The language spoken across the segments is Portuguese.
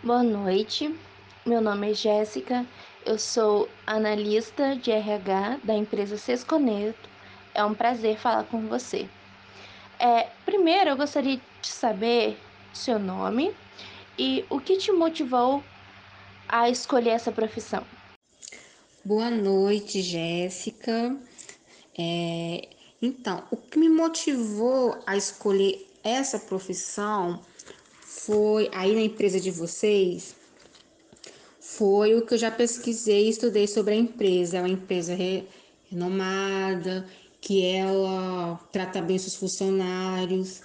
Boa noite, meu nome é Jéssica, eu sou analista de RH da empresa Sesconeto. É um prazer falar com você. Primeiro, eu gostaria de saber seu nome e o que te motivou a escolher essa profissão. Boa noite, Jéssica. Então, o que me motivou a escolher essa profissão foi aí na empresa de vocês, foi o que eu já pesquisei e estudei sobre a empresa. É uma empresa renomada, que ela trata bem seus funcionários,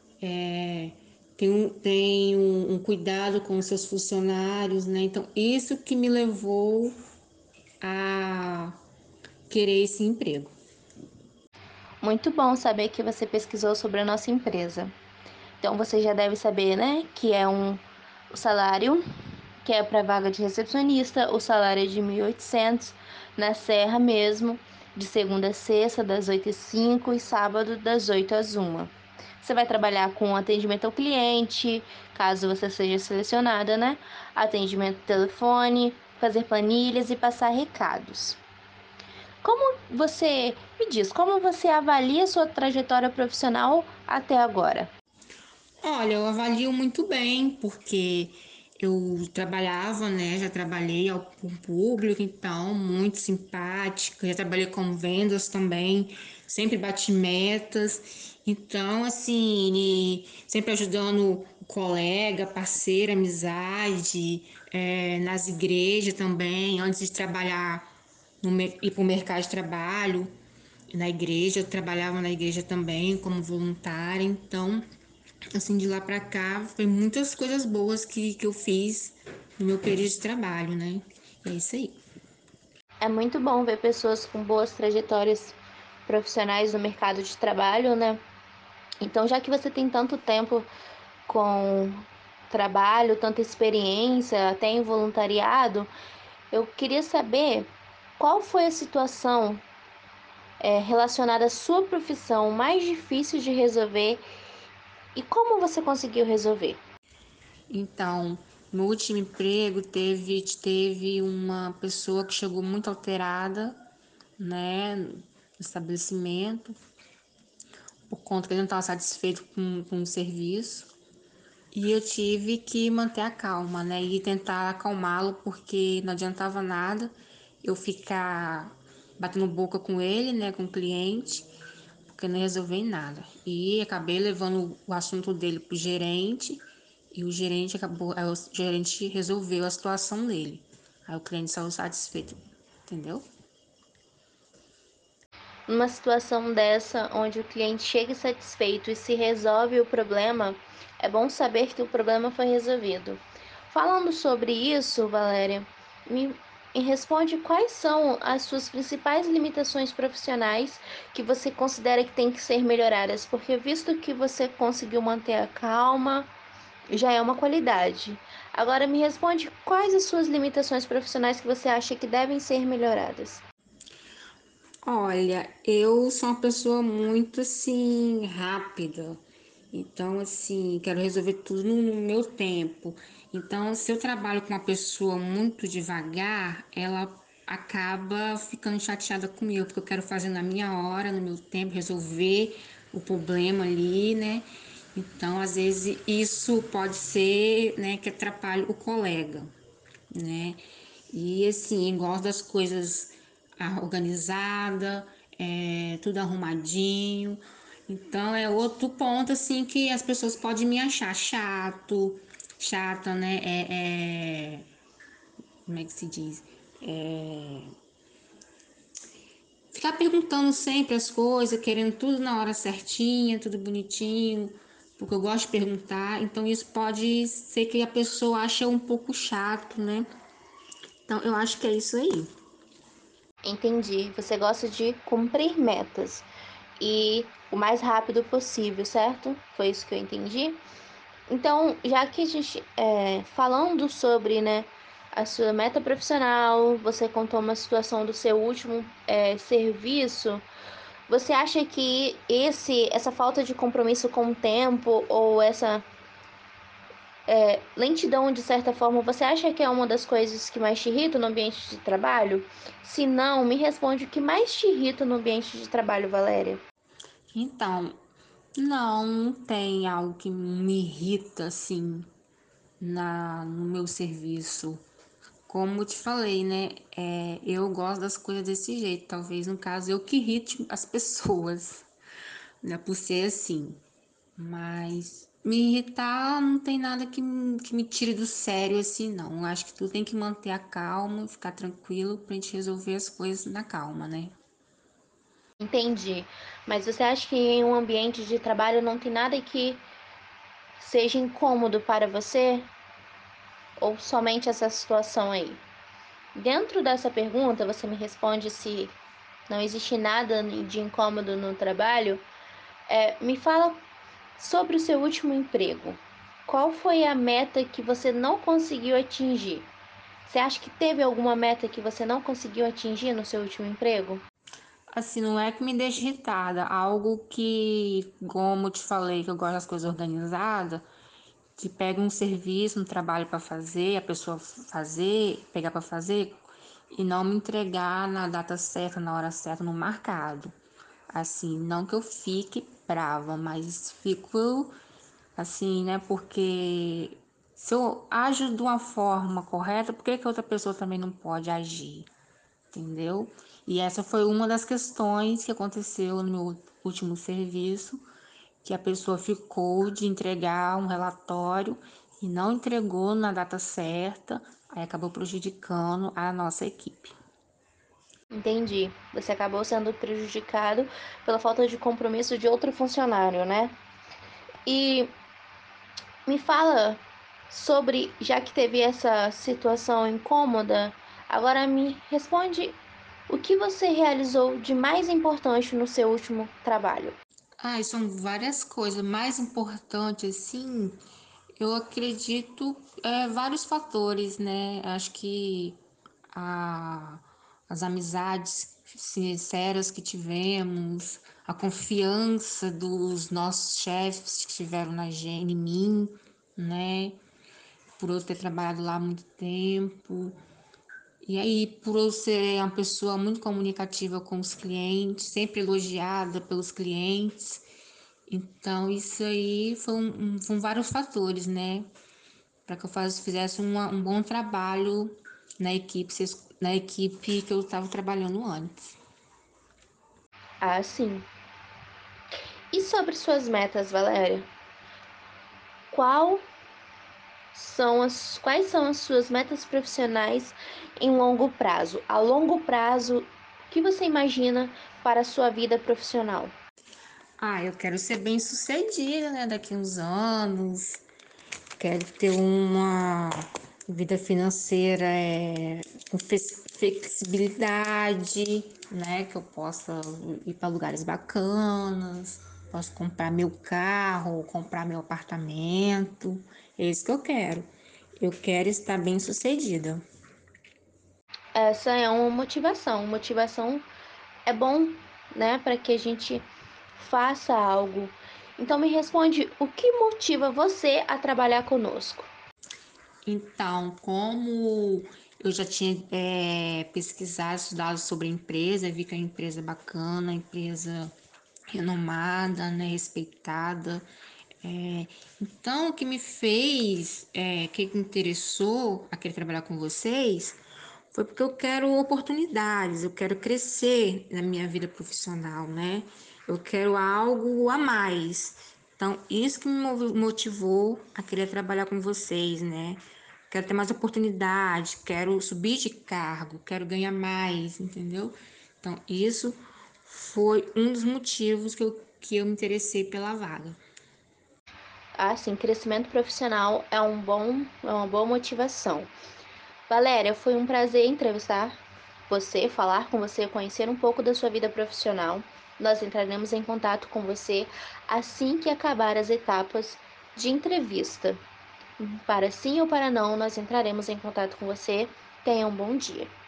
tem um cuidado com os seus funcionários, né? Então, isso que me levou a querer esse emprego. Muito bom saber que você pesquisou sobre a nossa empresa. Então você já deve saber, né, que o salário, que é para vaga de recepcionista, o salário é de 1.800 na Serra mesmo, de segunda a sexta, das 8 às 5 e sábado das 8 às 1. Você vai trabalhar com atendimento ao cliente, caso você seja selecionada, né? Atendimento telefone, fazer planilhas e passar recados. Como você avalia sua trajetória profissional até agora? Olha, eu avalio muito bem, porque eu trabalhava, né? Já trabalhei com o público, então, muito simpática. Já trabalhei com vendas também, sempre bati metas. Então, assim, sempre ajudando o colega, parceiro, amizade, nas igrejas também, antes de trabalhar, ir para o mercado de trabalho. Na igreja, eu trabalhava na igreja também como voluntária, então assim, de lá pra cá, foi muitas coisas boas que eu fiz no meu período de trabalho, né? E é isso aí. É muito bom ver pessoas com boas trajetórias profissionais no mercado de trabalho, né? Então, já que você tem tanto tempo com trabalho, tanta experiência, até em voluntariado, eu queria saber qual foi a situação relacionada à sua profissão mais difícil de resolver e como você conseguiu resolver. Então, no último emprego teve uma pessoa que chegou muito alterada, né, no estabelecimento, por conta que ele não estava satisfeito com o serviço. E eu tive que manter a calma, né? E tentar acalmá-lo, porque não adiantava nada eu ficar batendo boca com ele, né? Com o cliente, porque não resolveu em nada. E acabei levando o assunto dele pro gerente, e aí o gerente resolveu a situação dele. Aí o cliente saiu satisfeito, entendeu? Numa situação dessa, onde o cliente chega satisfeito e se resolve o problema, é bom saber que o problema foi resolvido. Falando sobre isso, Valéria, me responde quais são as suas principais limitações profissionais que você considera que tem que ser melhoradas, porque visto que você conseguiu manter a calma, já é uma qualidade. Agora me responde quais as suas limitações profissionais que você acha que devem ser melhoradas. Olha, eu sou uma pessoa muito assim rápida. Então, assim, quero resolver tudo no meu tempo. Então, se eu trabalho com uma pessoa muito devagar, ela acaba ficando chateada comigo, porque eu quero fazer na minha hora, no meu tempo, resolver o problema ali, né? Então, às vezes, isso pode ser, né, que atrapalhe o colega, né? E assim, gosto das coisas organizada, tudo arrumadinho. Então é outro ponto assim que as pessoas podem me achar chata, né? Como é que se diz? Ficar perguntando sempre as coisas, querendo tudo na hora certinha, tudo bonitinho, porque eu gosto de perguntar. Então isso pode ser que a pessoa ache um pouco chato, né? Então eu acho que é isso aí. Entendi. Você gosta de cumprir metas e o mais rápido possível, certo? Foi isso que eu entendi. Então, já que a gente falando sobre, né, a sua meta profissional, você contou uma situação do seu último serviço. Você acha que essa falta de compromisso com o tempo ou Lentidão, de certa forma, você acha que é uma das coisas que mais te irrita no ambiente de trabalho? Se não, me responde o que mais te irrita no ambiente de trabalho, Valéria. Então, não tem algo que me irrita assim no meu serviço. Como eu te falei, né? Eu gosto das coisas desse jeito. Talvez no caso eu que irrite as pessoas, né? Por ser assim. Mas me irritar não tem nada que me tire do sério assim, não. Eu acho que tu tem que manter a calma e ficar tranquilo pra gente resolver as coisas na calma, né? Entendi. Mas você acha que em um ambiente de trabalho não tem nada que seja incômodo para você? Ou somente essa situação aí? Dentro dessa pergunta, você me responde se não existe nada de incômodo no trabalho. Me fala sobre o seu último emprego. Qual foi a meta que você não conseguiu atingir? Você acha que teve alguma meta que você não conseguiu atingir no seu último emprego? Assim, não é que me deixe irritada, algo que, como eu te falei, que eu gosto das coisas organizadas, que pega um serviço, um trabalho para fazer, a pessoa fazer, pegar para fazer e não me entregar na data certa, na hora certa, no marcado. Assim, não que eu fique brava, mas fico assim, né? Porque se eu ajo de uma forma correta, por que que outra pessoa também não pode agir? Entendeu? E essa foi uma das questões que aconteceu no meu último serviço, que a pessoa ficou de entregar um relatório e não entregou na data certa, aí acabou prejudicando a nossa equipe. Entendi. Você acabou sendo prejudicado pela falta de compromisso de outro funcionário, né? E me fala sobre, já que teve essa situação incômoda, agora me responde o que você realizou de mais importante no seu último trabalho. Ah, e são várias coisas. Mais importante, assim, eu acredito, vários fatores, né? Acho que a, as amizades sinceras que tivemos, a confiança dos nossos chefes que tiveram em mim, né? Por eu ter trabalhado lá há muito tempo. E aí, por eu ser uma pessoa muito comunicativa com os clientes, sempre elogiada pelos clientes, então isso aí foram vários fatores, né? Para que eu fizesse um bom trabalho na equipe que eu estava trabalhando antes. Ah, sim. E sobre suas metas, Valéria? Qual quais são as suas metas profissionais em longo prazo? A longo prazo, o que você imagina para a sua vida profissional? Ah, eu quero ser bem sucedida, né? Daqui uns anos. Quero ter uma vida financeira com flexibilidade, né? Que eu possa ir para lugares bacanas, posso comprar meu carro, comprar meu apartamento. É isso que eu quero. Eu quero estar bem sucedida. Essa é uma motivação. Motivação é bom, né, para que a gente faça algo. Então me responde, o que motiva você a trabalhar conosco? Então, como eu já tinha pesquisado, estudado sobre a empresa, vi que é uma empresa bacana, empresa renomada, né, respeitada. Então, o que me fez, que me interessou a querer trabalhar com vocês, foi porque eu quero oportunidades, eu quero crescer na minha vida profissional, né? Eu quero algo a mais. Então, isso que me motivou a querer trabalhar com vocês, né? Quero ter mais oportunidade, quero subir de cargo, quero ganhar mais, entendeu? Então, isso foi um dos motivos que eu me interessei pela vaga. Ah, sim, crescimento profissional é uma boa motivação. Valéria, foi um prazer entrevistar você, falar com você, conhecer um pouco da sua vida profissional. Nós entraremos em contato com você assim que acabar as etapas de entrevista. Para sim ou para não, nós entraremos em contato com você. Tenha um bom dia.